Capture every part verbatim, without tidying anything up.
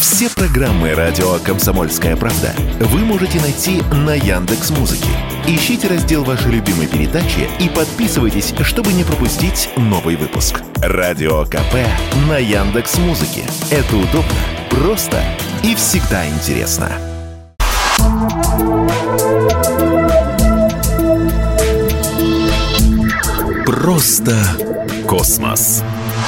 Все программы радио «Комсомольская правда» вы можете найти на Яндекс.Музыке. Ищите раздел вашей любимой передачи и подписывайтесь, чтобы не пропустить новый выпуск. Радио КП на Яндекс.Музыке. Это удобно, просто и всегда интересно. Просто космос.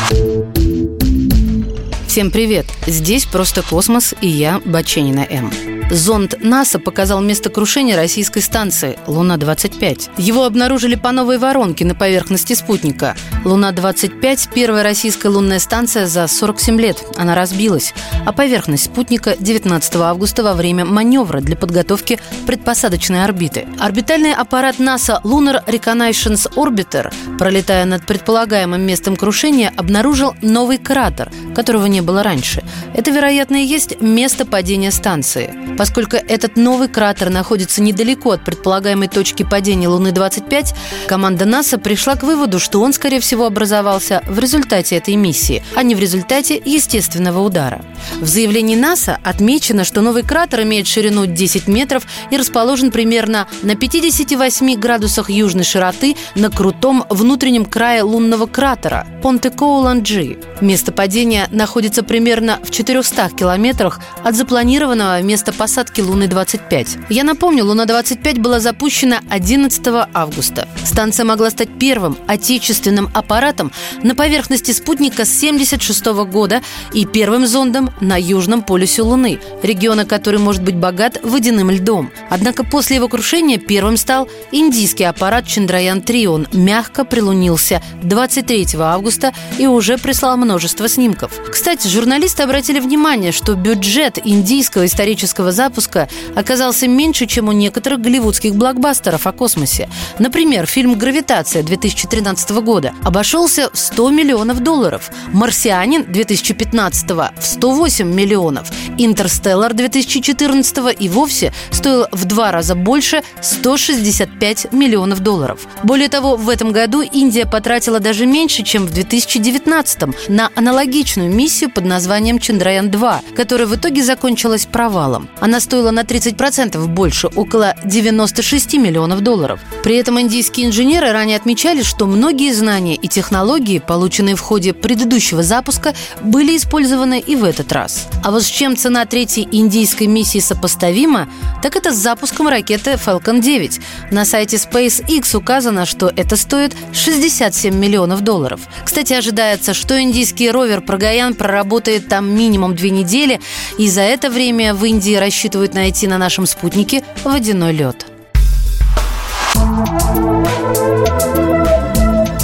Всем привет! Здесь «Просто космос» и я, Баченина М. Зонд НАСА показал место крушения российской станции Луна-двадцать пять. Его обнаружили по новой воронке на поверхности спутника. Луна-двадцать пять – первая российская лунная станция за сорок семь лет. Она разбилась. А поверхность спутника девятнадцатого августа во время маневра для подготовки предпосадочной орбиты. Орбитальный аппарат НАСА Lunar Reconnaissance Orbiter, пролетая над предполагаемым местом крушения, обнаружил новый кратер, которого не было раньше. Это, вероятно, и есть место падения станции. Поскольку этот новый кратер находится недалеко от предполагаемой точки падения Луны-двадцать пять, команда НАСА пришла к выводу, что он, скорее всего, образовался в результате этой миссии, а не в результате естественного удара. В заявлении НАСА отмечено, что новый кратер имеет ширину десять метров и расположен примерно на пятидесяти восьми градусах южной широты на крутом внутреннем крае лунного кратера Понте-Коуланджи. Место падения находится примерно в четырехстах километрах от запланированного места посадки Луны-двадцать пять. Я напомню, Луна-двадцать пять была запущена одиннадцатого августа. Станция могла стать первым отечественным аппаратом на поверхности спутника с семьдесят шестого года и первым зондом на южном полюсе Луны, региона, который может быть богат водяным льдом. Однако после его крушения первым стал индийский аппарат Чандраян три. Он мягко прилунился двадцать третьего августа и уже прислал множество снимков. Кстати, журналисты обратили внимание, что бюджет индийского исторического запуска оказался меньше, чем у некоторых голливудских блокбастеров о космосе. Например, фильм «Гравитация» две тысячи тринадцатого года обошелся в сто миллионов долларов, «Марсианин» две тысячи пятнадцатого в сто восемь миллионов, «Интерстеллар» две тысячи четырнадцатого и вовсе стоил в два раза больше – сто шестьдесят пять миллионов долларов. Более того, в этом году Индия потратила даже меньше, чем в две тысячи девятнадцатом на аналогичную миссию под названием Чандраян два, которая в итоге закончилась провалом. Она стоила на тридцать процентов больше, около девяносто шесть миллионов долларов. При этом индийские инженеры ранее отмечали, что многие знания и технологии, полученные в ходе предыдущего запуска, были использованы и в этот раз. А вот с чем цена третьей индийской миссии сопоставима, так это с запуском ракеты Falcon девять. На сайте SpaceX указано, что это стоит шестьдесят семь миллионов долларов. Кстати, ожидается, что индийский ровер Прагаян проработает там минимум две недели, и за это время в Индии рассчитывают найти на нашем спутнике водяной лед.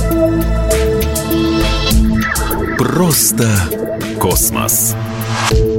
Просто космос.